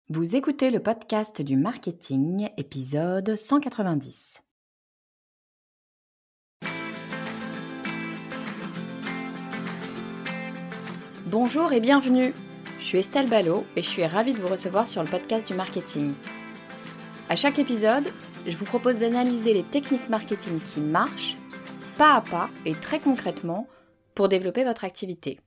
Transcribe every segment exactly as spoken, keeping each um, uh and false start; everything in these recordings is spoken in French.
Vous écoutez le podcast du marketing, épisode cent quatre-vingt-dix. Bonjour et bienvenue. Je suis Estelle Ballot et je suis ravie de vous recevoir sur le podcast du marketing. À chaque épisode, je vous propose d'analyser les techniques marketing qui marchent, pas à pas et très concrètement, pour développer votre activité.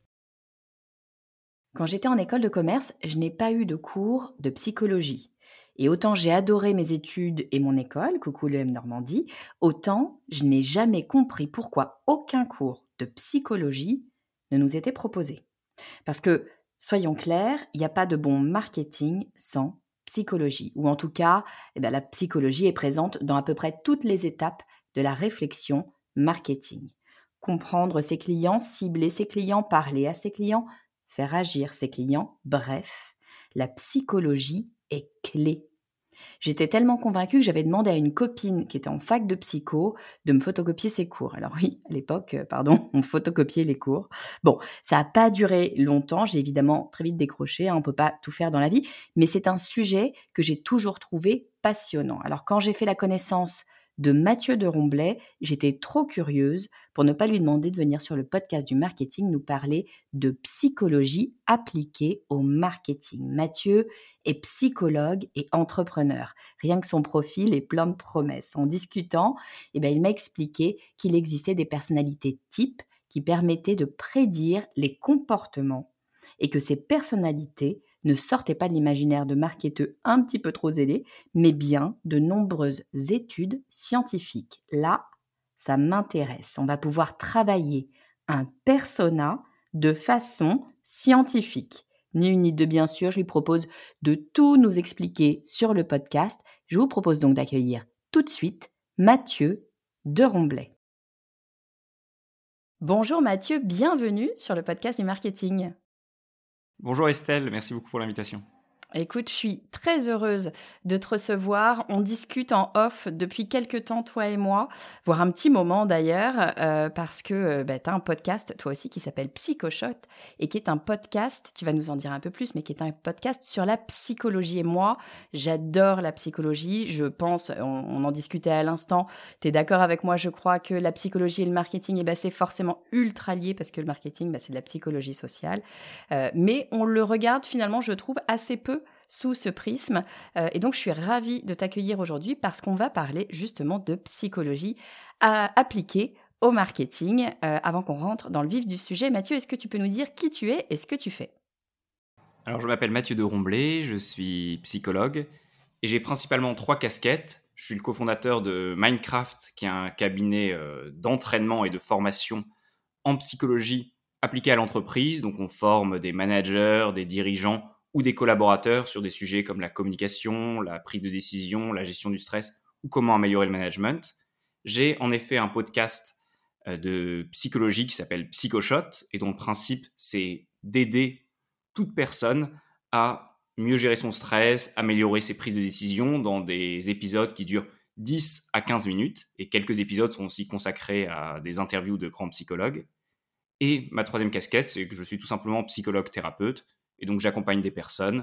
Quand j'étais en école de commerce, je n'ai pas eu de cours de psychologie. Et autant j'ai adoré mes études et mon école, coucou l'E M Normandie, autant je n'ai jamais compris pourquoi aucun cours de psychologie ne nous était proposé. Parce que, soyons clairs, il n'y a pas de bon marketing sans psychologie. Ou en tout cas, eh bien, la psychologie est présente dans à peu près toutes les étapes de la réflexion marketing. Comprendre ses clients, cibler ses clients, parler à ses clients, faire agir ses clients, bref, la psychologie est clé. J'étais tellement convaincue que j'avais demandé à une copine qui était en fac de psycho de me photocopier ses cours. Alors oui, à l'époque, euh, pardon, on photocopiait les cours. Bon, ça n'a pas duré longtemps, j'ai évidemment très vite décroché, hein, on ne peut pas tout faire dans la vie, mais c'est un sujet que j'ai toujours trouvé passionnant. Alors quand j'ai fait la connaissance de Mathieu de Romblay, j'étais trop curieuse pour ne pas lui demander de venir sur le podcast du marketing nous parler de psychologie appliquée au marketing. Mathieu est psychologue et entrepreneur. Rien que son profil est plein de promesses. En discutant, eh bien, il m'a expliqué qu'il existait des personnalités types qui permettaient de prédire les comportements et que ces personnalités ne sortaient pas de l'imaginaire de marketeurs un petit peu trop zélés, mais bien de nombreuses études scientifiques. Là, ça m'intéresse. On va pouvoir travailler un persona de façon scientifique. Ni une ni deux, bien sûr, je lui propose de tout nous expliquer sur le podcast. Je vous propose donc d'accueillir tout de suite Mathieu de Romblay. Bonjour Mathieu, bienvenue sur le podcast du marketing. Bonjour Estelle, merci beaucoup pour l'invitation. Écoute, je suis très heureuse de te recevoir. On discute en off depuis quelques temps, toi et moi, voire un petit moment d'ailleurs, euh, parce que euh, bah, tu as un podcast, toi aussi, qui s'appelle Psychoshot, et qui est un podcast, tu vas nous en dire un peu plus, mais qui est un podcast sur la psychologie. Et moi, j'adore la psychologie. Je pense, on, on en discutait à l'instant, tu es d'accord avec moi, je crois que la psychologie et le marketing, eh ben, c'est forcément ultra lié, parce que le marketing, bah, c'est de la psychologie sociale. Euh, mais on le regarde finalement, je trouve, assez peu sous ce prisme. Euh, et donc, je suis ravie de t'accueillir aujourd'hui parce qu'on va parler justement de psychologie à appliquer au marketing. Euh, avant qu'on rentre dans le vif du sujet, Mathieu, est-ce que tu peux nous dire qui tu es et ce que tu fais ? Alors je m'appelle Mathieu de Romblay, je suis psychologue et j'ai principalement trois casquettes. Je suis le cofondateur de Mindcraft, qui est un cabinet euh, d'entraînement et de formation en psychologie appliquée à l'entreprise. Donc on forme des managers, des dirigeants ou des collaborateurs sur des sujets comme la communication, la prise de décision, la gestion du stress ou comment améliorer le management. J'ai en effet un podcast euh, de psychologie qui s'appelle Psychoshot et dont le principe c'est d'aider toute personne à mieux gérer son stress, améliorer ses prises de décision dans des épisodes qui durent dix à quinze minutes. Et quelques épisodes sont aussi consacrés à des interviews de grands psychologues. Et ma troisième casquette, c'est que je suis tout simplement psychologue thérapeute. Et donc, j'accompagne des personnes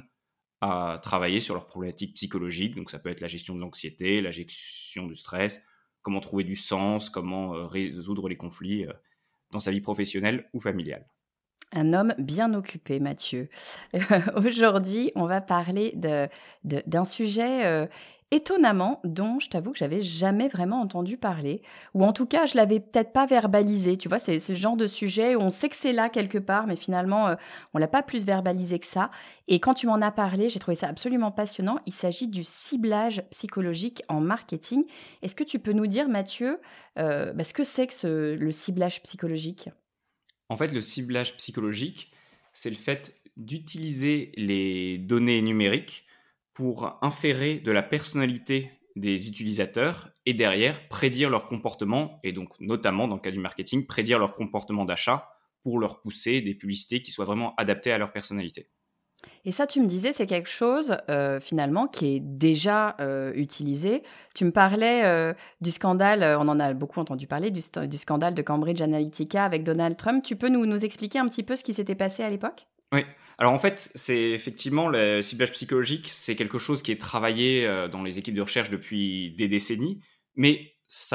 à travailler sur leurs problématiques psychologiques. Donc, ça peut être la gestion de l'anxiété, la gestion du stress, comment trouver du sens, comment euh, résoudre les conflits euh, dans sa vie professionnelle ou familiale. Un homme bien occupé, Mathieu. Aujourd'hui, on va parler de, de, d'un sujet euh, étonnamment dont je t'avoue que j'avais jamais vraiment entendu parler, ou en tout cas, je l'avais peut-être pas verbalisé. Tu vois, c'est, c'est le genre de sujet où on sait que c'est là quelque part, mais finalement, euh, on l'a pas plus verbalisé que ça. Et quand tu m'en as parlé, j'ai trouvé ça absolument passionnant. Il s'agit du ciblage psychologique en marketing. Est-ce que tu peux nous dire, Mathieu, euh, bah, ce que c'est que ce, le ciblage psychologique ? En fait, le ciblage psychologique, c'est le fait d'utiliser les données numériques pour inférer de la personnalité des utilisateurs et derrière prédire leur comportement et donc notamment dans le cas du marketing, prédire leur comportement d'achat pour leur pousser des publicités qui soient vraiment adaptées à leur personnalité. Et ça, tu me disais, c'est quelque chose euh, finalement qui est déjà euh, utilisé. Tu me parlais euh, du scandale, euh, on en a beaucoup entendu parler, du, st- du scandale de Cambridge Analytica avec Donald Trump. Tu peux nous, nous expliquer un petit peu ce qui s'était passé à l'époque ? Oui. Alors en fait, c'est effectivement le ciblage psychologique, c'est quelque chose qui est travaillé, heu, dans les équipes de recherche depuis des décennies, mais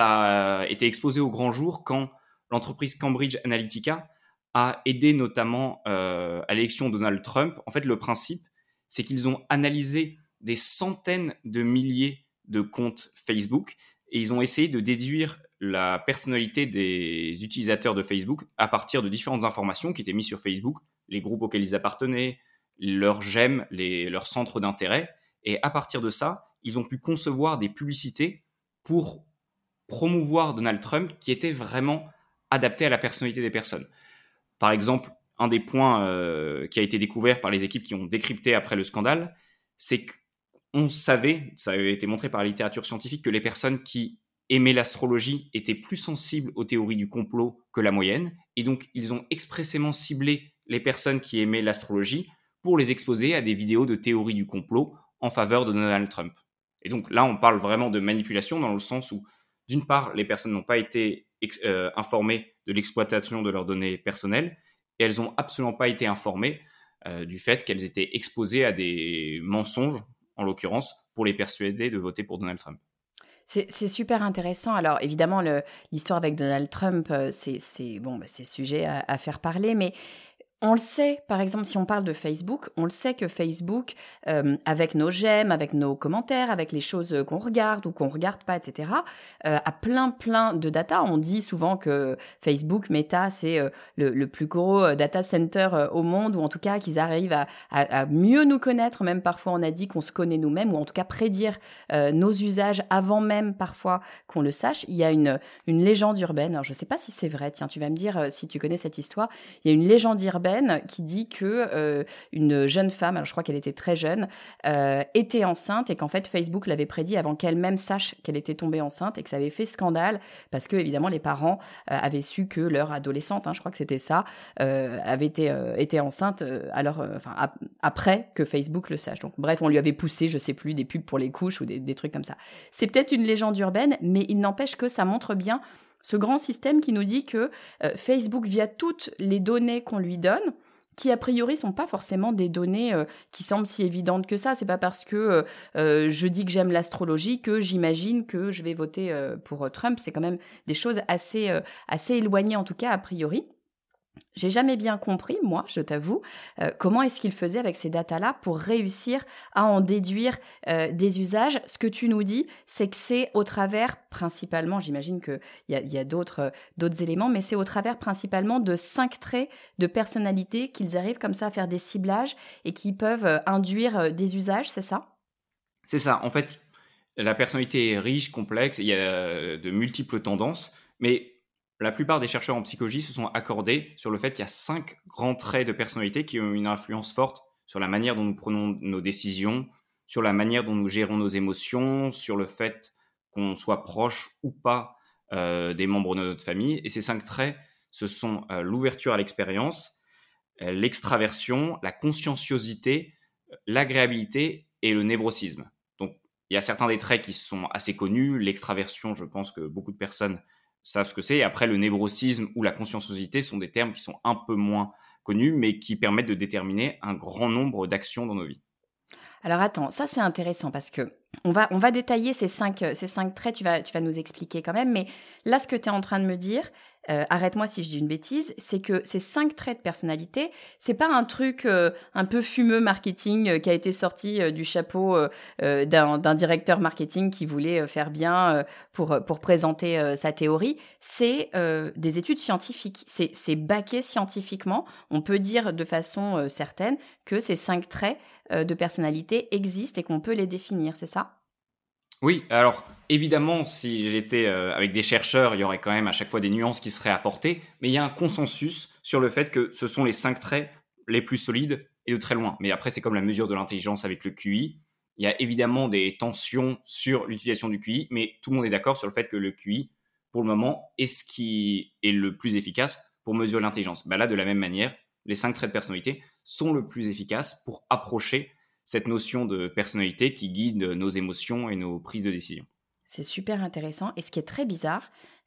ça a été exposé au grand jour quand l'entreprise Cambridge Analytica a aidé notamment, heu, à l'élection de Donald Trump. En fait, le principe, c'est qu'ils ont analysé des centaines de milliers de comptes Facebook et ils ont essayé de déduire la personnalité des utilisateurs de Facebook à partir de différentes informations qui étaient mises sur Facebook, les groupes auxquels ils appartenaient, leurs j'aime, les, leurs centres d'intérêt. Et à partir de ça, ils ont pu concevoir des publicités pour promouvoir Donald Trump qui étaient vraiment adaptées à la personnalité des personnes. Par exemple, un des points euh, qui a été découvert par les équipes qui ont décrypté après le scandale, c'est qu'on savait, ça avait été montré par la littérature scientifique, que les personnes qui aimaient l'astrologie étaient plus sensibles aux théories du complot que la moyenne. Et donc, ils ont expressément ciblé les personnes qui aimaient l'astrologie pour les exposer à des vidéos de théories du complot en faveur de Donald Trump. Et donc là, on parle vraiment de manipulation dans le sens où, d'une part, les personnes n'ont pas été ex- euh, informées de l'exploitation de leurs données personnelles et elles n'ont absolument pas été informées euh, du fait qu'elles étaient exposées à des mensonges, en l'occurrence, pour les persuader de voter pour Donald Trump. C'est c'est super intéressant. Alors évidemment, le l'histoire avec Donald Trump, heu, c'est c'est bon, bah, c'est sujet à à faire parler, mais on le sait, par exemple, si on parle de Facebook, on le sait que Facebook, hem, avec nos j'aime, avec nos commentaires, avec les choses, heu, qu'on regarde ou qu'on regarde pas et cetera, heu, a plein, plein de data. On dit souvent que Facebook, Meta, c'est, heu, le le plus gros, heu, data center, heu, au monde ou en tout cas qu'ils arrivent à à à mieux nous connaître. Même parfois on a dit qu'on se connaît nous-mêmes ou en tout cas prédire, heu, nos usages avant même parfois qu'on le sache. Il y a une, une légende urbaine, alors je sais pas si c'est vrai, tiens, tu vas me dire, heu, si tu connais cette histoire. Il y a une légende urbaine qui dit que euh, une jeune femme, alors je crois qu'elle était très jeune, euh, était enceinte et qu'en fait Facebook l'avait prédit avant qu'elle-même sache qu'elle était tombée enceinte et que ça avait fait scandale parce que évidemment les parents euh, avaient su que leur adolescente, hein, je crois que c'était ça, euh, avait été, euh, été enceinte euh, alors, euh, enfin, ap- après que Facebook le sache. Donc bref, on lui avait poussé, je sais plus, des pubs pour les couches ou des, des trucs comme ça. C'est peut-être une légende urbaine, mais il n'empêche que ça montre bien ce grand système qui nous dit que euh, Facebook, via toutes les données qu'on lui donne, qui a priori sont pas forcément des données euh, qui semblent si évidentes que ça. C'est pas parce que euh, euh, je dis que j'aime l'astrologie que j'imagine que je vais voter euh, pour euh, Trump. C'est quand même des choses assez euh, assez éloignées en tout cas a priori. J'ai jamais bien compris, moi, je t'avoue, euh, comment est-ce qu'il faisait avec ces datas-là pour réussir à en déduire euh, des usages. Ce que tu nous dis, c'est que c'est au travers, principalement, j'imagine qu'il y a, y a d'autres, euh, d'autres éléments, mais c'est au travers principalement de cinq traits de personnalité qu'ils arrivent comme ça à faire des ciblages et qui peuvent euh, induire euh, des usages, c'est ça? C'est ça. En fait, la personnalité est riche, complexe, il y a de multiples tendances, mais la plupart des chercheurs en psychologie se sont accordés sur le fait qu'il y a cinq grands traits de personnalité qui ont une influence forte sur la manière dont nous prenons nos décisions, sur la manière dont nous gérons nos émotions, sur le fait qu'on soit proche ou pas euh, des membres de notre famille. Et ces cinq traits, ce sont euh, l'ouverture à l'expérience, euh, l'extraversion, la conscienciosité, euh, l'agréabilité et le névrosisme. Donc, il y a certains des traits qui sont assez connus. L'extraversion, je pense que beaucoup de personnes savent ce que c'est. Après, le névrosisme ou la conscienciosité sont des termes qui sont un peu moins connus, mais qui permettent de déterminer un grand nombre d'actions dans nos vies. Alors attends, ça c'est intéressant parce que on va, on va détailler ces cinq, euh, ces cinq traits, tu vas, tu vas nous expliquer quand même, mais là ce que tu es en train de me dire, euh, arrête-moi si je dis une bêtise, c'est que ces cinq traits de personnalité, c'est pas un truc euh, un peu fumeux marketing euh, qui a été sorti euh, du chapeau euh, euh, d'un, d'un directeur marketing qui voulait euh, faire bien euh, pour, pour présenter euh, sa théorie, c'est euh, des études scientifiques, c'est, c'est baqué scientifiquement, on peut dire de façon euh, certaine que ces cinq traits euh, de personnalité existent et qu'on peut les définir, c'est ça? Oui, alors évidemment, si j'étais euh, avec des chercheurs, il y aurait quand même à chaque fois des nuances qui seraient apportées, mais il y a un consensus sur le fait que ce sont les cinq traits les plus solides et de très loin. Mais après, c'est comme la mesure de l'intelligence avec le Q I. Il y a évidemment des tensions sur l'utilisation du Q I, mais tout le monde est d'accord sur le fait que le Q I, pour le moment, est ce qui est le plus efficace pour mesurer l'intelligence. Bah là, de la même manière, les cinq traits de personnalité sont le plus efficaces pour approcher cette notion de personnalité qui guide nos émotions et nos prises de décision. C'est super intéressant. Et ce qui est très bizarre,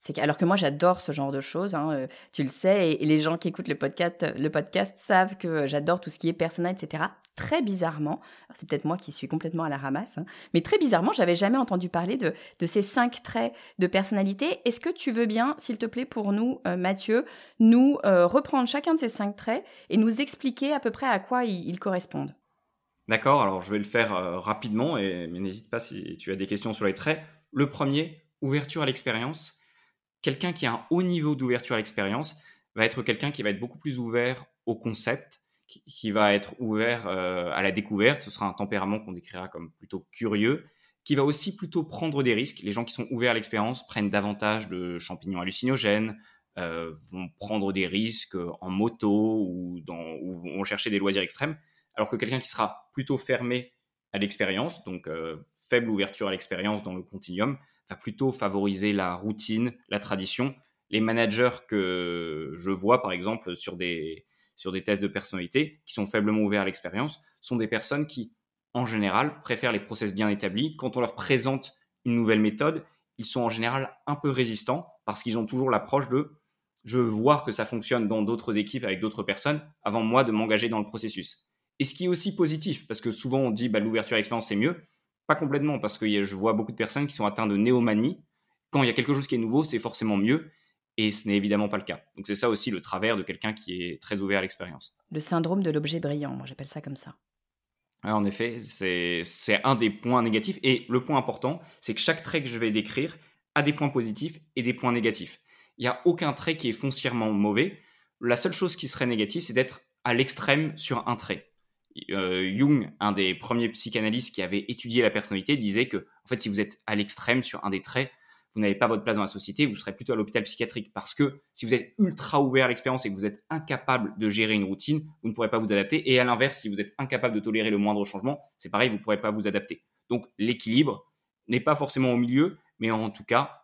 C'est que alors que moi, j'adore ce genre de choses, hein, heu, tu le sais et et les gens qui écoutent le podcast le podcast savent que, heu, j'adore tout ce qui est persona et cetera. Très bizarrement, alors c'est peut-être moi qui suis complètement à la ramasse, hein, mais très bizarrement, j'avais jamais entendu parler de de ces cinq traits de personnalité. Est-ce que tu veux bien, s'il te plaît, pour nous, heu, Mathieu, nous, heu, reprendre chacun de ces cinq traits et nous expliquer à peu près à quoi ils ils correspondent? D'accord, alors je vais le faire euh, rapidement, et, mais n'hésite pas si tu as des questions sur les traits. Le premier, ouverture à l'expérience. Quelqu'un qui a un haut niveau d'ouverture à l'expérience va être quelqu'un qui va être beaucoup plus ouvert au concept, qui, qui va être ouvert euh, à la découverte. Ce sera un tempérament qu'on décrira comme plutôt curieux, qui va aussi plutôt prendre des risques. Les gens qui sont ouverts à l'expérience prennent davantage de champignons hallucinogènes, euh, vont prendre des risques en moto ou, dans, ou vont chercher des loisirs extrêmes, alors que quelqu'un qui sera plutôt fermé à l'expérience, donc euh, faible ouverture à l'expérience dans le continuum, va plutôt favoriser la routine, la tradition. Les managers que je vois, par exemple, sur des, sur des tests de personnalité, qui sont faiblement ouverts à l'expérience, sont des personnes qui, en général, préfèrent les process bien établis. Quand on leur présente une nouvelle méthode, ils sont en général un peu résistants parce qu'ils ont toujours l'approche de « je veux voir que ça fonctionne dans d'autres équipes avec d'autres personnes avant moi de m'engager dans le processus ». Et ce qui est aussi positif, parce que souvent on dit bah, l'ouverture à l'expérience c'est mieux. Pas complètement, parce que je vois beaucoup de personnes qui sont atteintes de néomanie. Quand il y a quelque chose qui est nouveau, c'est forcément mieux, et ce n'est évidemment pas le cas. Donc c'est ça aussi le travers de quelqu'un qui est très ouvert à l'expérience. Le syndrome de l'objet brillant, moi j'appelle ça comme ça. Ouais, en effet, c'est, c'est un des points négatifs, et le point important, c'est que chaque trait que je vais décrire a des points positifs et des points négatifs. Il n'y a aucun trait qui est foncièrement mauvais. La seule chose qui serait négative, c'est d'être à l'extrême sur un trait. Euh, Jung, un des premiers psychanalystes qui avait étudié la personnalité, disait que en fait, si vous êtes à l'extrême sur un des traits, vous n'avez pas votre place dans la société, vous serez plutôt à l'hôpital psychiatrique. Parce que si vous êtes ultra ouvert à l'expérience et que vous êtes incapable de gérer une routine, vous ne pourrez pas vous adapter. Et à l'inverse, si vous êtes incapable de tolérer le moindre changement, c'est pareil, vous ne pourrez pas vous adapter. Donc l'équilibre n'est pas forcément au milieu, mais en tout cas,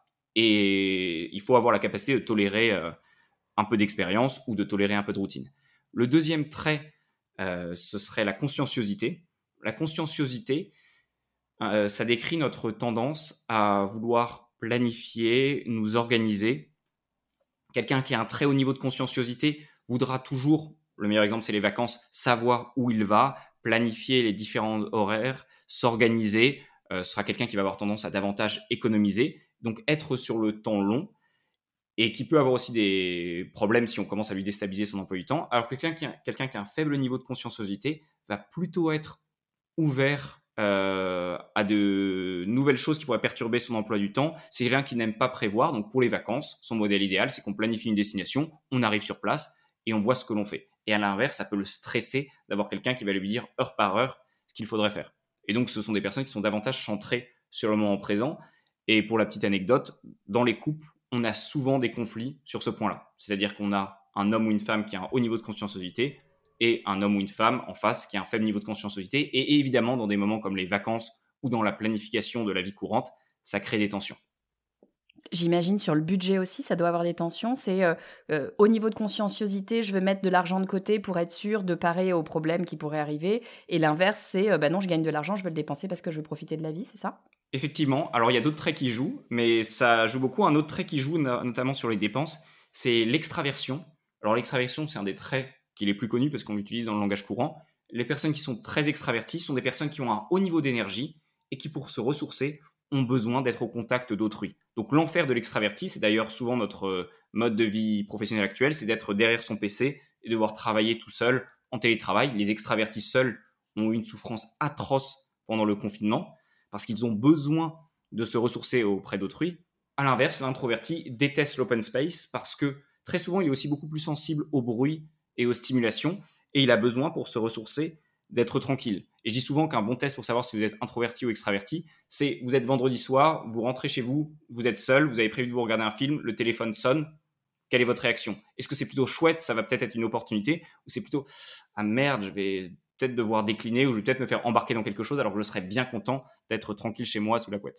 et il faut avoir la capacité de tolérer euh, un peu d'expérience ou de tolérer un peu de routine. Le deuxième trait, euh, ce serait la conscienciosité. La conscienciosité, euh, ça décrit notre tendance à vouloir planifier, nous organiser. Quelqu'un qui a un très haut niveau de conscienciosité voudra toujours, le meilleur exemple c'est les vacances, savoir où il va, planifier les différents horaires, s'organiser. Euh, ce sera quelqu'un qui va avoir tendance à davantage économiser, donc être sur le temps long, et qui peut avoir aussi des problèmes si on commence à lui déstabiliser son emploi du temps, alors que quelqu'un qui a, quelqu'un qui a un faible niveau de conscienciosité va plutôt être ouvert euh, à de nouvelles choses qui pourraient perturber son emploi du temps. C'est quelqu'un qui n'aime pas prévoir, donc pour les vacances, son modèle idéal, c'est qu'on planifie une destination, on arrive sur place et on voit ce que l'on fait. Et à l'inverse, ça peut le stresser d'avoir quelqu'un qui va lui dire heure par heure ce qu'il faudrait faire. Et donc, ce sont des personnes qui sont davantage centrées sur le moment présent. Et pour la petite anecdote, dans les couples, on a souvent des conflits sur ce point-là. C'est-à-dire qu'on a un homme ou une femme qui a un haut niveau de conscienciosité et un homme ou une femme en face qui a un faible niveau de conscienciosité. Et évidemment, dans des moments comme les vacances ou dans la planification de la vie courante, ça crée des tensions. J'imagine sur le budget aussi, ça doit avoir des tensions. C'est euh, euh, au niveau de conscienciosité, je veux mettre de l'argent de côté pour être sûr de parer aux problèmes qui pourraient arriver. Et l'inverse, c'est euh, bah non, je gagne de l'argent, je veux le dépenser parce que je veux profiter de la vie, c'est ça? Effectivement, alors il y a d'autres traits qui jouent, mais ça joue beaucoup. Un autre trait qui joue no- notamment sur les dépenses, c'est l'extraversion. Alors l'extraversion, c'est un des traits qui est les plus connus parce qu'on l'utilise dans le langage courant. Les personnes qui sont très extraverties sont des personnes qui ont un haut niveau d'énergie et qui, pour se ressourcer, ont besoin d'être au contact d'autrui. Donc l'enfer de l'extraverti, c'est d'ailleurs souvent notre euh, mode de vie professionnel actuel, c'est d'être derrière son P C et devoir travailler tout seul en télétravail. Les extravertis seuls ont eu une souffrance atroce pendant le confinement parce qu'ils ont besoin de se ressourcer auprès d'autrui. À l'inverse, l'introverti déteste l'open space parce que très souvent, il est aussi beaucoup plus sensible au bruit et aux stimulations, et il a besoin, pour se ressourcer, d'être tranquille. Et je dis souvent qu'un bon test pour savoir si vous êtes introverti ou extraverti, c'est vous êtes vendredi soir, vous rentrez chez vous, vous êtes seul, vous avez prévu de vous regarder un film, le téléphone sonne, quelle est votre réaction? Est-ce que c'est plutôt chouette, ça va peut-être être une opportunité, ou c'est plutôt ah merde, je vais peut-être devoir décliner ou je vais peut-être me faire embarquer dans quelque chose alors que je serais bien content d'être tranquille chez moi sous la couette?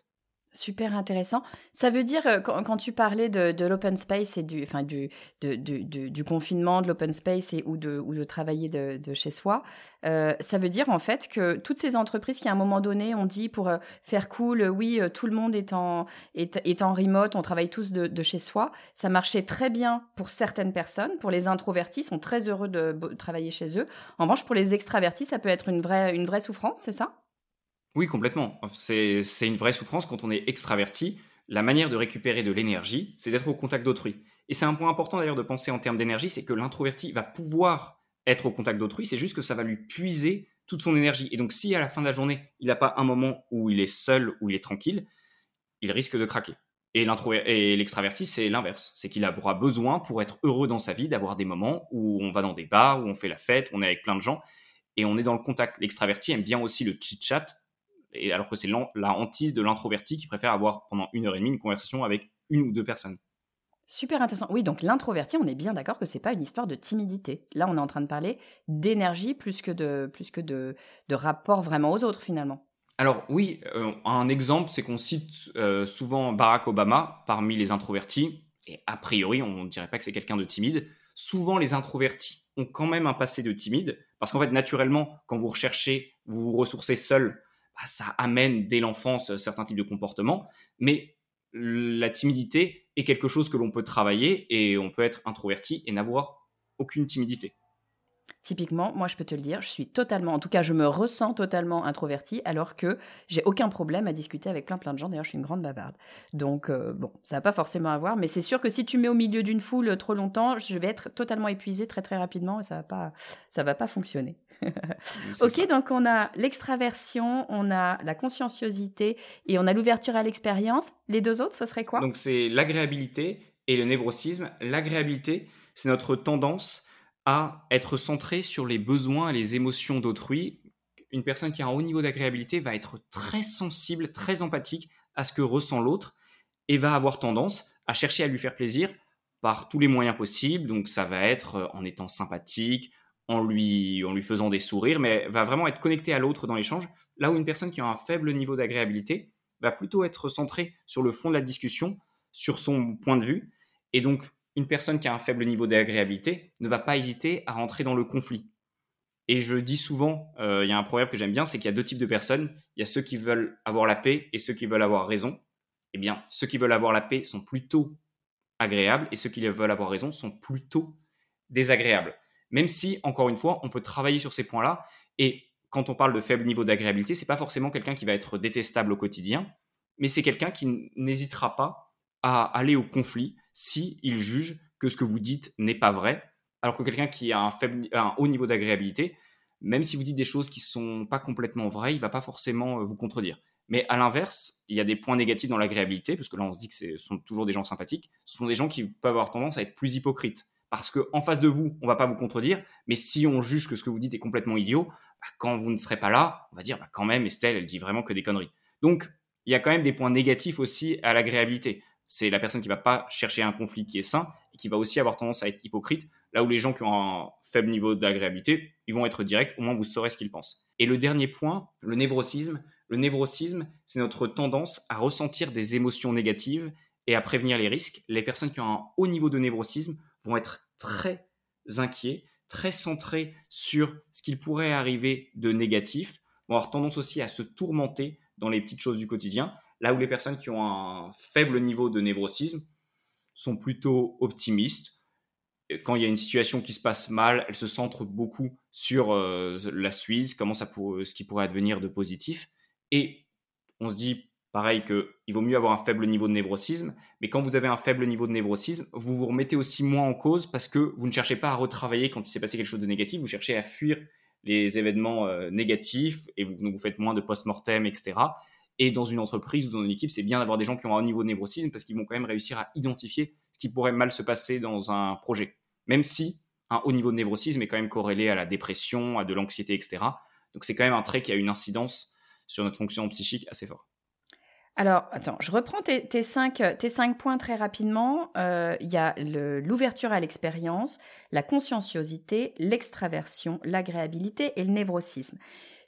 Super intéressant. Ça veut dire, euh, quand, quand tu parlais de, de l'open space et du, enfin du, de- du, du- du confinement, de l'open space et, ou, de, ou de travailler de, de chez soi, euh, ça veut dire en fait que toutes ces entreprises qui à un moment donné ont dit pour euh, faire cool, euh, oui, euh, tout le monde est en, est, est en remote, on travaille tous de, de chez soi, ça marchait très bien pour certaines personnes, pour les introvertis, ils sont très heureux de bo- travailler chez eux. En revanche, pour les extravertis, ça peut être une vraie, une vraie souffrance, c'est ça? Oui, complètement. C'est c'est une vraie souffrance quand on est extraverti. La manière de récupérer de l'énergie, c'est d'être au contact d'autrui. Et c'est un point important d'ailleurs de penser en termes d'énergie, c'est que l'introverti va pouvoir être au contact d'autrui, c'est juste que ça va lui puiser toute son énergie. Et donc si à la fin de la journée, il n'a pas un moment où il est seul, où il est tranquille, il risque de craquer. Et l'introver- et l'extraverti, c'est l'inverse. C'est qu'il aura besoin, pour être heureux dans sa vie, d'avoir des moments où on va dans des bars, où on fait la fête, on est avec plein de gens, et on est dans le contact. L'extraverti aime bien aussi le chit-chat, et alors que c'est l'an- la hantise de l'introverti qui préfère avoir pendant une heure et demie une conversation avec une ou deux personnes. Super intéressant. Oui, donc l'introverti, on est bien d'accord que c'est pas une histoire de timidité. Là, on est en train de parler d'énergie plus que de plus que de, de rapport vraiment aux autres finalement. Alors oui, euh, un exemple, c'est qu'on cite euh, souvent Barack Obama parmi les introvertis, et a priori, on ne dirait pas que c'est quelqu'un de timide. Souvent, les introvertis ont quand même un passé de timide, parce qu'en fait, naturellement, quand vous recherchez, vous vous ressourcez seul, bah, ça amène dès l'enfance certains types de comportements, mais la timidité est quelque chose que l'on peut travailler, et on peut être introverti et n'avoir aucune timidité. Typiquement, moi, je peux te le dire, je suis totalement, en tout cas, je me ressens totalement introvertie, alors que j'ai aucun problème à discuter avec plein plein de gens. D'ailleurs, je suis une grande bavarde. Donc, euh, bon, ça va pas forcément à voir, mais c'est sûr que si tu mets au milieu d'une foule euh, trop longtemps, je vais être totalement épuisée très très rapidement et ça va pas, ça va pas fonctionner. C'est Ok, ça. donc on a l'extraversion, on a la conscienciosité et on a l'ouverture à l'expérience. Les deux autres, ce serait quoi? Donc c'est l'agréabilité et le névrosisme. L'agréabilité, c'est notre tendance à être centré sur les besoins et les émotions d'autrui. Une personne qui a un haut niveau d'agréabilité va être très sensible, très empathique à ce que ressent l'autre et va avoir tendance à chercher à lui faire plaisir par tous les moyens possibles. Donc ça va être euh, en étant sympathique, en lui, en lui faisant des sourires, mais va vraiment être connecté à l'autre dans l'échange. Là où une personne qui a un faible niveau d'agréabilité va plutôt être centrée sur le fond de la discussion, sur son point de vue. Et donc, une personne qui a un faible niveau d'agréabilité ne va pas hésiter à rentrer dans le conflit. Et je dis souvent, euh, il y a un proverbe que j'aime bien, c'est qu'il y a deux types de personnes. Il y a ceux qui veulent avoir la paix et ceux qui veulent avoir raison. Eh bien, ceux qui veulent avoir la paix sont plutôt agréables et ceux qui veulent avoir raison sont plutôt désagréables. Même si, encore une fois, on peut travailler sur ces points-là. Et quand on parle de faible niveau d'agréabilité, c'est pas forcément quelqu'un qui va être détestable au quotidien, mais c'est quelqu'un qui n'hésitera pas à aller au conflit si il juge que ce que vous dites n'est pas vrai. Alors que quelqu'un qui a un, faible, un haut niveau d'agréabilité, même si vous dites des choses qui ne sont pas complètement vraies, il ne va pas forcément vous contredire. Mais à l'inverse, il y a des points négatifs dans l'agréabilité, parce que là on se dit que ce sont toujours des gens sympathiques, ce sont des gens qui peuvent avoir tendance à être plus hypocrites. Parce qu'en face de vous, on ne va pas vous contredire, mais si on juge que ce que vous dites est complètement idiot, bah, quand vous ne serez pas là, on va dire bah, quand même, Estelle, elle dit vraiment que des conneries. Donc, il y a quand même des points négatifs aussi à l'agréabilité. C'est la personne qui ne va pas chercher un conflit qui est sain et qui va aussi avoir tendance à être hypocrite, là où les gens qui ont un faible niveau d'agréabilité, ils vont être directs, au moins vous saurez ce qu'ils pensent. Et le dernier point, le névrosisme. Le névrosisme, c'est notre tendance à ressentir des émotions négatives et à prévenir les risques. Les personnes qui ont un haut niveau de névrosisme vont être très inquiets, très centrés sur ce qu'il pourrait arriver de négatif, vont avoir tendance aussi à se tourmenter dans les petites choses du quotidien, là où les personnes qui ont un faible niveau de névrosisme sont plutôt optimistes. Quand il y a une situation qui se passe mal, elles se centrent beaucoup sur euh, la suite, comment ça pour, ce qui pourrait advenir de positif. Et on se dit, pareil, qu'il vaut mieux avoir un faible niveau de névrosisme, mais quand vous avez un faible niveau de névrosisme, vous vous remettez aussi moins en cause parce que vous ne cherchez pas à retravailler quand il s'est passé quelque chose de négatif, vous cherchez à fuir les événements euh, négatifs et vous, donc vous faites moins de post-mortem, et cetera. Et dans une entreprise ou dans une équipe, c'est bien d'avoir des gens qui ont un haut niveau de névrosisme parce qu'ils vont quand même réussir à identifier ce qui pourrait mal se passer dans un projet. Même si un haut niveau de névrosisme est quand même corrélé à la dépression, à de l'anxiété, et cetera. Donc c'est quand même un trait qui a une incidence sur notre fonctionnement psychique assez fort. Alors, attends, je reprends tes, tes, cinq, tes cinq points très rapidement. Euh, Il y a le- l'ouverture à l'expérience, la conscienciosité, l'extraversion, l'agréabilité et le névrosisme.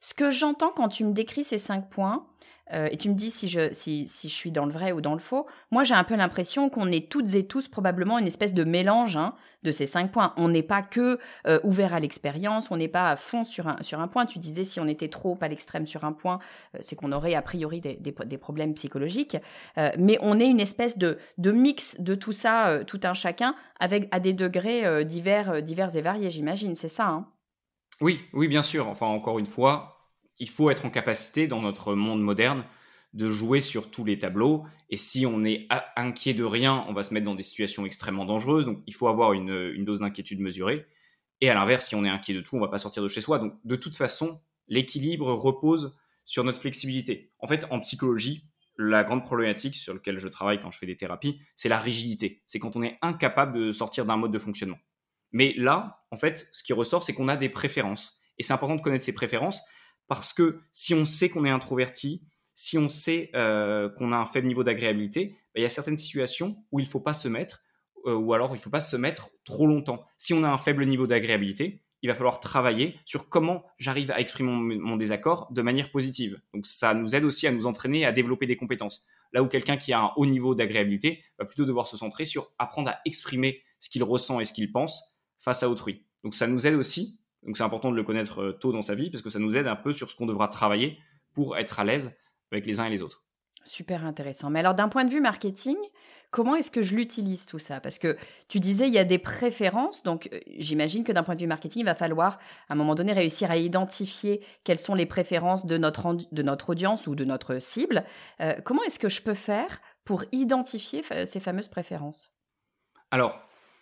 Ce que j'entends quand tu me décris ces cinq points, euh, et tu me dis si je, si, si je suis dans le vrai ou dans le faux, moi j'ai un peu l'impression qu'on est toutes et tous probablement une espèce de mélange hein, de ces cinq points. On n'est pas que euh, ouvert à l'expérience, on n'est pas à fond sur un, sur un point. Tu disais si on était trop à l'extrême sur un point, euh, c'est qu'on aurait a priori des, des, des problèmes psychologiques. Euh, mais on est une espèce de, de mix de tout ça, euh, tout un chacun, avec à des degrés euh, divers, euh, divers et variés, j'imagine, c'est ça hein. Oui, oui, bien sûr. Enfin, encore une fois, il faut être en capacité, dans notre monde moderne, de jouer sur tous les tableaux. Et si on est a- inquiet de rien, on va se mettre dans des situations extrêmement dangereuses. Donc, il faut avoir une, une dose d'inquiétude mesurée. Et à l'inverse, si on est inquiet de tout, on va pas sortir de chez soi. Donc, de toute façon, l'équilibre repose sur notre flexibilité. En fait, en psychologie, la grande problématique sur laquelle je travaille quand je fais des thérapies, c'est la rigidité. C'est quand on est incapable de sortir d'un mode de fonctionnement. Mais là, en fait, ce qui ressort, c'est qu'on a des préférences. Et c'est important de connaître ses préférences parce que si on sait qu'on est introverti, si on sait euh, qu'on a un faible niveau d'agréabilité, bah, il y a certaines situations où il ne faut pas se mettre, euh, ou alors il ne faut pas se mettre trop longtemps. Si on a un faible niveau d'agréabilité, il va falloir travailler sur comment j'arrive à exprimer mon, mon désaccord de manière positive. Donc ça nous aide aussi à nous entraîner à développer des compétences. Là où quelqu'un qui a un haut niveau d'agréabilité va plutôt devoir se centrer sur apprendre à exprimer ce qu'il ressent et ce qu'il pense face à autrui. Donc ça nous aide aussi, donc c'est important de le connaître tôt dans sa vie, parce que ça nous aide un peu sur ce qu'on devra travailler pour être à l'aise avec les uns et les autres. Super intéressant. Mais alors d'un point de vue marketing, comment est-ce que je l'utilise tout ça? Parce que tu disais il y a des préférences, donc euh, j'imagine que d'un point de vue marketing, il va falloir à un moment donné réussir à identifier quelles sont les préférences de notre, en- de notre audience ou de notre cible. Euh, comment est-ce que je peux faire pour identifier fa- ces fameuses préférences? Alors,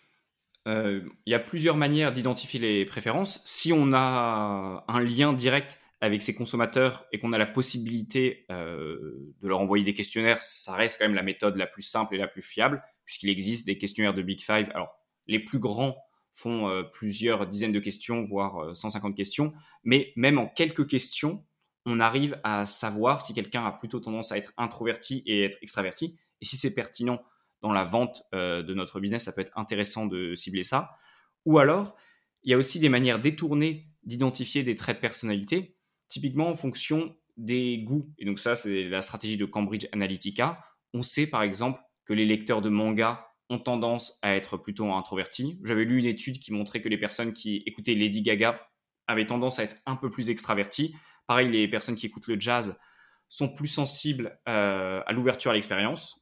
euh, il y a plusieurs manières d'identifier les préférences. Si on a un lien direct avec ses consommateurs et qu'on a la possibilité euh, de leur envoyer des questionnaires, ça reste quand même la méthode la plus simple et la plus fiable, puisqu'il existe des questionnaires de Big Five. Alors, les plus grands font euh, plusieurs dizaines de questions, voire euh, cent cinquante questions, mais même en quelques questions, on arrive à savoir si quelqu'un a plutôt tendance à être introverti et être extraverti, et si c'est pertinent dans la vente euh, de notre business, ça peut être intéressant de cibler ça. Ou alors, il y a aussi des manières détournées d'identifier des traits de personnalité, typiquement en fonction des goûts. Et donc ça, c'est la stratégie de Cambridge Analytica. On sait par exemple que les lecteurs de manga ont tendance à être plutôt introvertis. J'avais lu une étude qui montrait que les personnes qui écoutaient Lady Gaga avaient tendance à être un peu plus extravertis. Pareil, les personnes qui écoutent le jazz sont plus sensibles euh, à l'ouverture à l'expérience.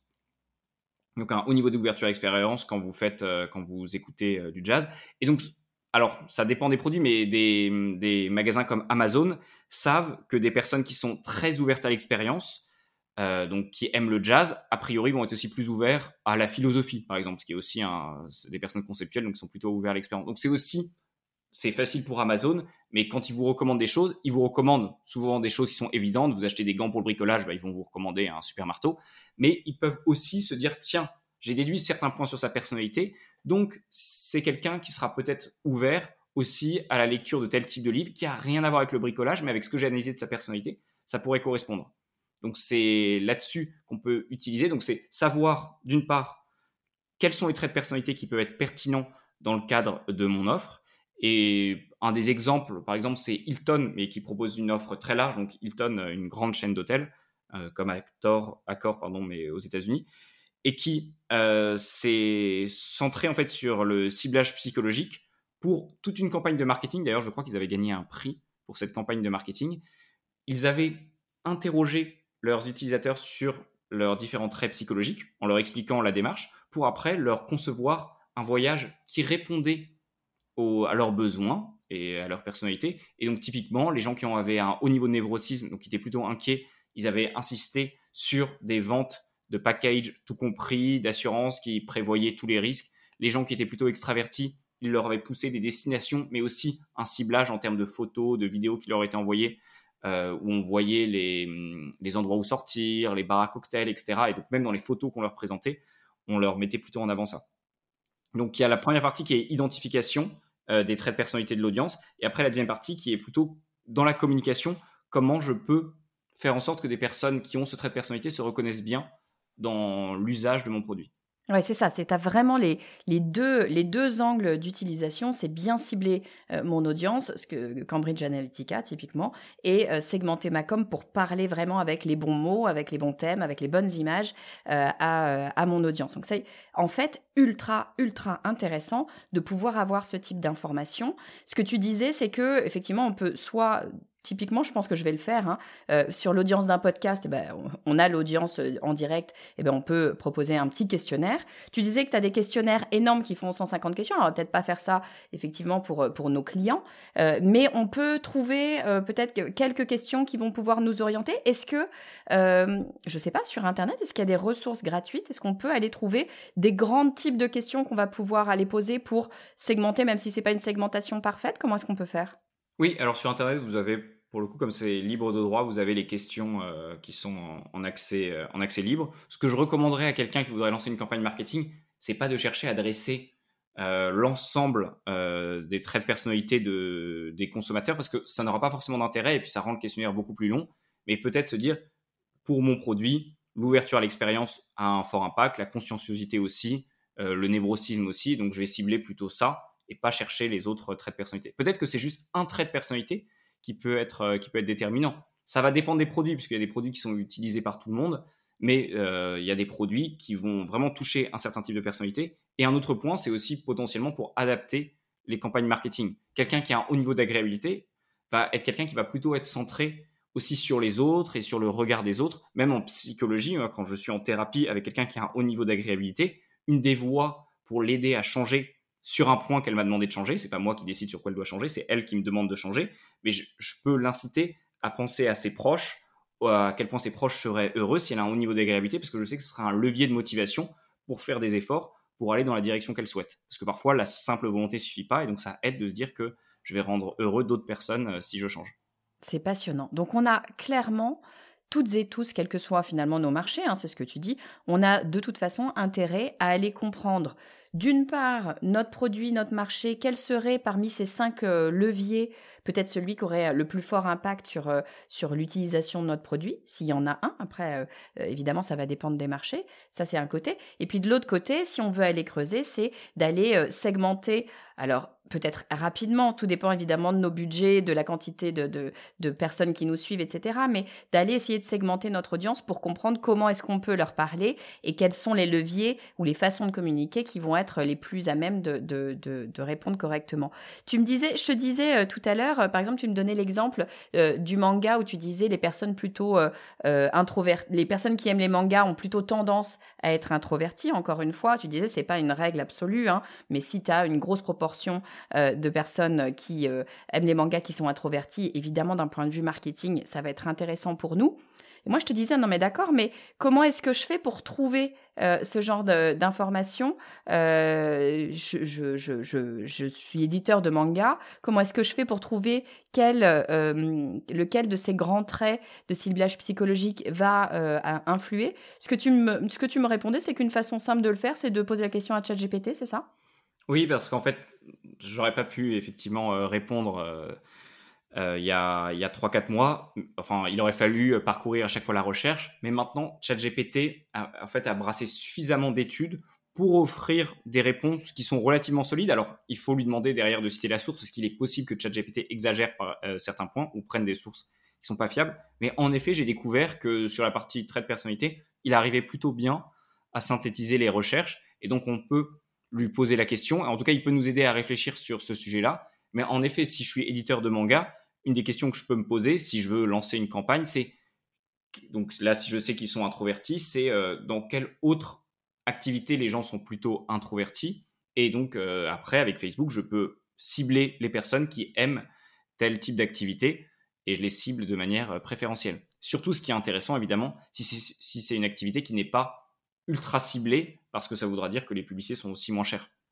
Donc un haut niveau d'ouverture à l'expérience quand vous faites, euh, quand vous écoutez euh, du jazz. Et donc, alors ça dépend des produits, mais des, des magasins comme Amazon savent que des personnes qui sont très ouvertes à l'expérience, euh, donc qui aiment le jazz, a priori vont être aussi plus ouverts à la philosophie, par exemple, ce qui est aussi un, c'est des personnes conceptuelles, donc qui sont plutôt ouverts à l'expérience. Donc c'est aussi, c'est facile pour Amazon, mais quand ils vous recommandent des choses, ils vous recommandent souvent des choses qui sont évidentes. Vous achetez des gants pour le bricolage, bah, ils vont vous recommander un super marteau. Mais ils peuvent aussi se dire, tiens, j'ai déduit certains points sur sa personnalité, donc c'est quelqu'un qui sera peut-être ouvert aussi à la lecture de tel type de livre qui a rien à voir avec le bricolage, mais avec ce que j'ai analysé de sa personnalité, ça pourrait correspondre. Donc c'est là-dessus qu'on peut utiliser. Donc c'est savoir, d'une part, quels sont les traits de personnalité qui peuvent être pertinents dans le cadre de mon offre. Et un des exemples, par exemple, c'est Hilton, mais qui propose une offre très large. Donc Hilton, une grande chaîne d'hôtels, euh, comme Accor, Accor pardon, mais aux États-Unis, et qui euh, s'est centré en fait sur le ciblage psychologique pour toute une campagne de marketing. D'ailleurs, je crois qu'ils avaient gagné un prix pour cette campagne de marketing. Ils avaient interrogé leurs utilisateurs sur leurs différents traits psychologiques en leur expliquant la démarche pour après leur concevoir un voyage qui répondait au, à leurs besoins et à leur personnalité. Et donc, typiquement, les gens qui avaient un haut niveau de névrosisme, donc qui étaient plutôt inquiets, ils avaient insisté sur des ventes de package tout compris, d'assurance qui prévoyaient tous les risques. Les gens qui étaient plutôt extravertis, ils leur avaient poussé des destinations, mais aussi un ciblage en termes de photos, de vidéos qui leur étaient envoyées, euh, où on voyait les, les endroits où sortir, les bars à cocktails, et cetera. Et donc, même dans les photos qu'on leur présentait, on leur mettait plutôt en avant ça. Donc, il y a la première partie qui est identification euh, des traits de personnalité de l'audience. Et après, la deuxième partie qui est plutôt dans la communication, comment je peux faire en sorte que des personnes qui ont ce trait de personnalité se reconnaissent bien dans l'usage de mon produit. Ouais, c'est ça, c'est tu as vraiment les les deux les deux angles d'utilisation, c'est bien cibler, heu, mon audience, ce que Cambridge Analytica typiquement et heu, segmenter ma com pour parler vraiment avec les bons mots, avec les bons thèmes, avec les bonnes images, heu, à, heu, à mon audience. Donc c'est en fait ultra, ultra intéressant de pouvoir avoir ce type d'informations. Ce que tu disais, c'est que effectivement on peut soit typiquement, je pense que je vais le faire, hein, heu, sur l'audience d'un podcast, eh ben, on on a l'audience, heu, en direct, eh ben, on peut proposer un petit questionnaire. Tu disais que tu as des questionnaires énormes qui font cent cinquante questions. Alors, on va peut-être pas faire ça effectivement pour, euh, pour nos clients, euh, mais on peut trouver euh, peut-être que quelques questions qui vont pouvoir nous orienter. Est-ce que, euh, je sais pas, sur Internet, est-ce qu'il y a des ressources gratuites? Est-ce qu'on peut aller trouver des grands types de questions qu'on va pouvoir aller poser pour segmenter, même si c'est pas une segmentation parfaite? Comment est-ce qu'on peut faire? Oui, alors sur internet, vous avez, pour le coup, comme c'est libre de droit, vous avez les questions, heu, qui sont en en accès, heu, en accès libre. Ce que je recommanderais à quelqu'un qui voudrait lancer une campagne marketing, c'est pas de chercher à adresser, heu, l'ensemble, heu, des traits de personnalité de des consommateurs parce que ça n'aura pas forcément d'intérêt et puis ça rend le questionnaire beaucoup plus long. Mais peut-être se dire: «Pour mon produit, l'ouverture à l'expérience a un fort impact, la conscienciosité aussi, heu, le névrosisme aussi, donc je vais cibler plutôt ça et pas chercher les autres traits de personnalité». Peut-être que c'est juste un trait de personnalité qui peut être, euh, qui peut être déterminant. Ça va dépendre des produits, puisqu'il y a des produits qui sont utilisés par tout le monde, mais euh, il y a des produits qui vont vraiment toucher un certain type de personnalité. Et un autre point, c'est aussi potentiellement pour adapter les campagnes marketing. Quelqu'un qui a un haut niveau d'agréabilité va être quelqu'un qui va plutôt être centré aussi sur les autres et sur le regard des autres. Même en psychologie, hein, quand je suis en thérapie avec quelqu'un qui a un haut niveau d'agréabilité, une des voies pour l'aider à changer sur un point qu'elle m'a demandé de changer, c'est pas moi qui décide sur quoi elle doit changer, c'est elle qui me demande de changer, mais je, je peux l'inciter à penser à ses proches, à quel point ses proches seraient heureux si elle a un haut niveau d'agréabilité, parce que je sais que ce sera un levier de motivation pour faire des efforts, pour aller dans la direction qu'elle souhaite. Parce que parfois, la simple volonté suffit pas, et donc ça aide de se dire que je vais rendre heureux d'autres personnes euh, si je change. C'est passionnant. Donc, on a clairement, toutes et tous, quels que soient finalement nos marchés, hein, c'est ce que tu dis, on a de toute façon intérêt à aller comprendre, d'une part, notre produit, notre marché, quel serait parmi ces cinq euh, leviers, peut-être celui qui aurait le plus fort impact sur, euh, sur l'utilisation de notre produit, s'il y en a un. Après, euh, euh, évidemment, ça va dépendre des marchés. Ça, c'est un côté. Et puis, de l'autre côté, si on veut aller creuser, c'est d'aller euh, segmenter. Alors, peut-être rapidement, tout dépend évidemment de nos budgets, de la quantité de, de, de personnes qui nous suivent, et cetera. Mais d'aller essayer de segmenter notre audience pour comprendre comment est-ce qu'on peut leur parler et quels sont les leviers ou les façons de communiquer qui vont être les plus à même de, de, de, de répondre correctement. Tu me disais, je te disais euh, tout à l'heure, euh, par exemple, tu me donnais l'exemple euh, du manga où tu disais les personnes plutôt euh, euh, introverties, les personnes qui aiment les mangas ont plutôt tendance à être introverties. Encore une fois, tu disais, c'est pas une règle absolue, hein, mais si tu as une grosse proportion euh, de personnes qui euh, aiment les mangas qui sont introverties, évidemment, d'un point de vue marketing, ça va être intéressant pour nous. Et moi, je te disais, non mais d'accord, mais comment est-ce que je fais pour trouver euh, ce genre de, d'informations euh, je, je, je, je, je suis éditeur de manga. Comment est-ce que je fais pour trouver quel, euh, lequel de ces grands traits de ciblage psychologique va euh, influer? Ce que tu me, ce que tu me répondais, c'est qu'une façon simple de le faire, c'est de poser la question à ChatGPT, c'est ça? Oui, parce qu'en fait, j'aurais pas pu effectivement euh, répondre euh, euh, il y a, il y a trois quatre mois. Enfin, il aurait fallu euh, parcourir à chaque fois la recherche. Mais maintenant, ChatGPT a, en fait, a brassé suffisamment d'études pour offrir des réponses qui sont relativement solides. Alors, il faut lui demander derrière de citer la source parce qu'il est possible que ChatGPT exagère par euh, certains points ou prenne des sources qui sont pas fiables. Mais en effet, j'ai découvert que sur la partie trait de personnalité, il arrivait plutôt bien à synthétiser les recherches. Et donc, on peut lui poser la question. En tout cas, il peut nous aider à réfléchir sur ce sujet-là. Mais en effet, si je suis éditeur de manga, une des questions que je peux me poser si je veux lancer une campagne, c'est, donc là, si je sais qu'ils sont introvertis, c'est euh, dans quelle autre activité les gens sont plutôt introvertis. Et donc, euh, après, avec Facebook, je peux cibler les personnes qui aiment tel type d'activité et je les cible de manière euh, préférentielle. Surtout, ce qui est intéressant, évidemment, si c'est, si c'est une activité qui n'est pas ultra ciblée, parce que ça voudra dire que les publicités sont aussi moins chères.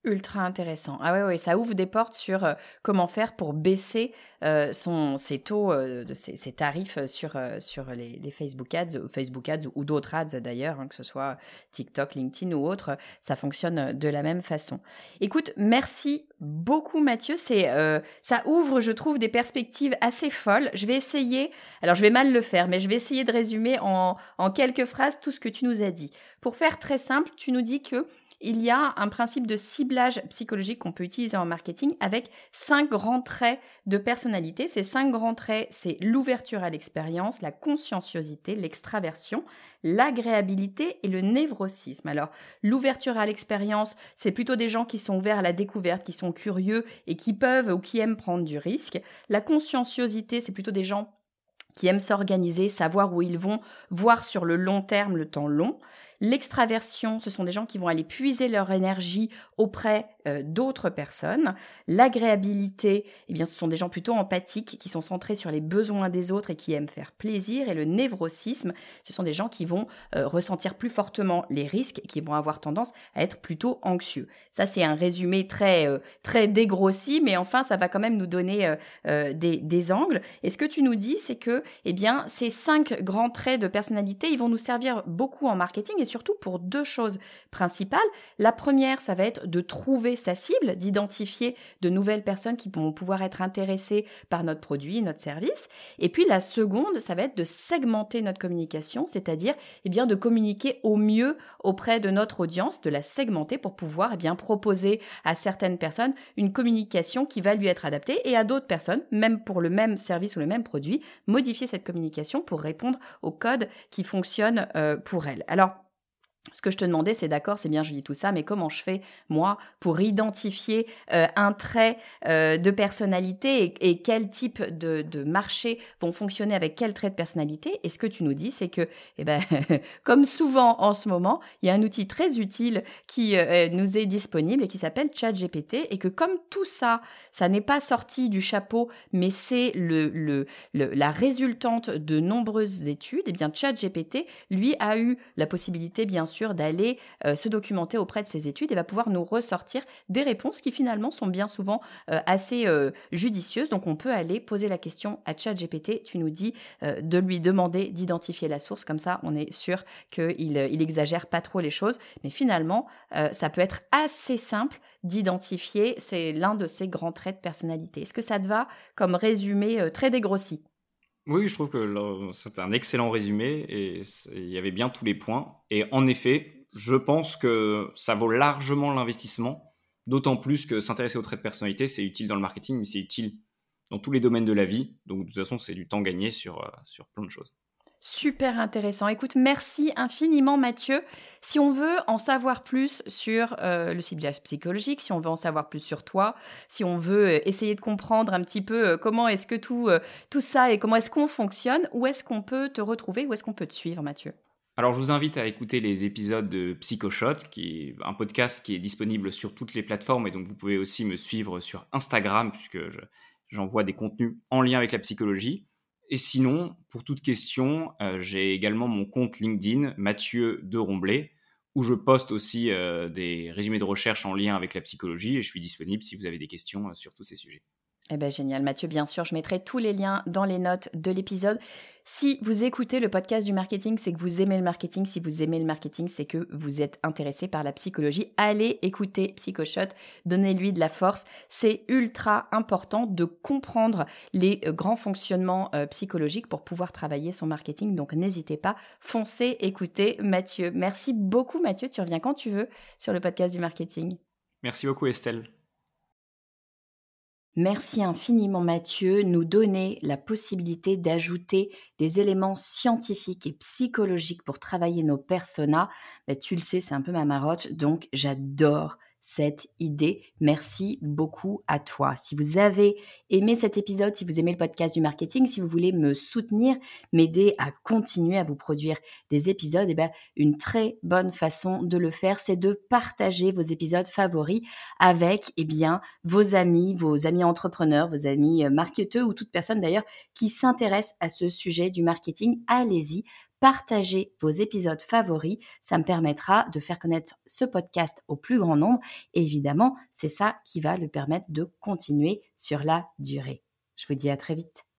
Ultra intéressant. Ah ouais, ouais, ça ouvre des portes sur euh, comment faire pour baisser euh, son, ses taux, euh, de ses, ses tarifs euh, sur, euh, sur les, les Facebook Ads, euh, Facebook Ads ou d'autres ads d'ailleurs, hein, que ce soit TikTok, LinkedIn ou autre, ça fonctionne de la même façon. Écoute, merci beaucoup Mathieu, c'est, euh, ça ouvre, je trouve, des perspectives assez folles. Je vais essayer, alors je vais mal le faire, mais je vais essayer de résumer en, en quelques phrases tout ce que tu nous as dit. Pour faire très simple, tu nous dis que il y a un principe de ciblage psychologique qu'on peut utiliser en marketing avec cinq grands traits de personnalité. Ces cinq grands traits, c'est l'ouverture à l'expérience, la conscienciosité, l'extraversion, l'agréabilité et le névrosisme. Alors, l'ouverture à l'expérience, c'est plutôt des gens qui sont ouverts à la découverte, qui sont curieux et qui peuvent ou qui aiment prendre du risque. La conscienciosité, c'est plutôt des gens qui aiment s'organiser, savoir où ils vont, voir sur le long terme, le temps long. L'extraversion, ce sont des gens qui vont aller puiser leur énergie auprès euh, d'autres personnes. L'agréabilité, eh bien, ce sont des gens plutôt empathiques qui sont centrés sur les besoins des autres et qui aiment faire plaisir. Et le névrosisme, ce sont des gens qui vont euh, ressentir plus fortement les risques et qui vont avoir tendance à être plutôt anxieux. Ça, c'est un résumé très, euh, très dégrossi, mais enfin, ça va quand même nous donner euh, euh, des, des angles. Et ce que tu nous dis, c'est que eh bien, ces cinq grands traits de personnalité, ils vont nous servir beaucoup en marketing et surtout pour deux choses principales. La première, ça va être de trouver sa cible, d'identifier de nouvelles personnes qui vont pouvoir être intéressées par notre produit, notre service. Et puis la seconde, ça va être de segmenter notre communication, c'est-à-dire eh bien, de communiquer au mieux auprès de notre audience, de la segmenter pour pouvoir eh bien, proposer à certaines personnes une communication qui va lui être adaptée et à d'autres personnes, même pour le même service ou le même produit, modifier cette communication pour répondre au code qui fonctionne euh, pour elles. Alors, ce que je te demandais, c'est d'accord, c'est bien, je dis tout ça, mais comment je fais, moi, pour identifier euh, un trait euh, de personnalité et, et quel type de, de marché vont fonctionner avec quel trait de personnalité? Et ce que tu nous dis, c'est que, eh ben, comme souvent en ce moment, il y a un outil très utile qui euh, nous est disponible et qui s'appelle ChatGPT et que comme tout ça, ça n'est pas sorti du chapeau, mais c'est le, le, le, la résultante de nombreuses études, eh bien, ChatGPT, lui, a eu la possibilité, bien sûr, sûr d'aller euh, se documenter auprès de ces études et va pouvoir nous ressortir des réponses qui finalement sont bien souvent euh, assez euh, judicieuses. Donc on peut aller poser la question à ChatGPT, tu nous dis euh, de lui demander d'identifier la source, comme ça on est sûr qu'il il exagère pas trop les choses, mais finalement euh, ça peut être assez simple d'identifier, c'est l'un de ces grands traits de personnalité. Est-ce que ça te va comme résumé euh, très dégrossi? Oui, je trouve que là, c'est un excellent résumé et c'est- il y avait bien tous les points. Et en effet, je pense que ça vaut largement l'investissement, d'autant plus que s'intéresser aux traits de personnalité, c'est utile dans le marketing, mais c'est utile dans tous les domaines de la vie. Donc, de toute façon, c'est du temps gagné sur, euh, sur plein de choses. Super intéressant. Écoute, merci infiniment Mathieu. Si on veut en savoir plus sur euh, le ciblage psychologique, si on veut en savoir plus sur toi, si on veut euh, essayer de comprendre un petit peu euh, comment est-ce que tout, euh, tout ça et comment est-ce qu'on fonctionne, où est-ce qu'on peut te retrouver, où est-ce qu'on peut te suivre Mathieu? Alors, je vous invite à écouter les épisodes de PsychoShot, qui est un podcast qui est disponible sur toutes les plateformes. Et donc, vous pouvez aussi me suivre sur Instagram, puisque je- j'envoie des contenus en lien avec la psychologie. Et sinon, pour toute question, euh, j'ai également mon compte LinkedIn, Mathieu de Romblé, où je poste aussi euh, des résumés de recherche en lien avec la psychologie. Et je suis disponible si vous avez des questions euh, sur tous ces sujets. Eh bien, génial, Mathieu. Bien sûr, je mettrai tous les liens dans les notes de l'épisode. Si vous écoutez le podcast du marketing, c'est que vous aimez le marketing. Si vous aimez le marketing, c'est que vous êtes intéressé par la psychologie. Allez écouter PsychoShot, donnez-lui de la force. C'est ultra important de comprendre les euh, grands fonctionnements euh, psychologiques pour pouvoir travailler son marketing. Donc, n'hésitez pas, foncez écouter Mathieu. Merci beaucoup, Mathieu. Tu reviens quand tu veux sur le podcast du marketing. Merci beaucoup, Estelle. Merci infiniment Mathieu, nous donner la possibilité d'ajouter des éléments scientifiques et psychologiques pour travailler nos personas. Ben, tu le sais, c'est un peu ma marotte, donc j'adore cette idée. Merci beaucoup à toi. Si vous avez aimé cet épisode, si vous aimez le podcast du marketing, si vous voulez me soutenir, m'aider à continuer à vous produire des épisodes, eh ben, une très bonne façon de le faire, c'est de partager vos épisodes favoris avec eh bien, vos amis, vos amis entrepreneurs, vos amis marketeurs ou toute personne d'ailleurs qui s'intéresse à ce sujet du marketing. Allez-y, partagez vos épisodes favoris. Ça me permettra de faire connaître ce podcast au plus grand nombre. Et évidemment, c'est ça qui va le permettre de continuer sur la durée. Je vous dis à très vite.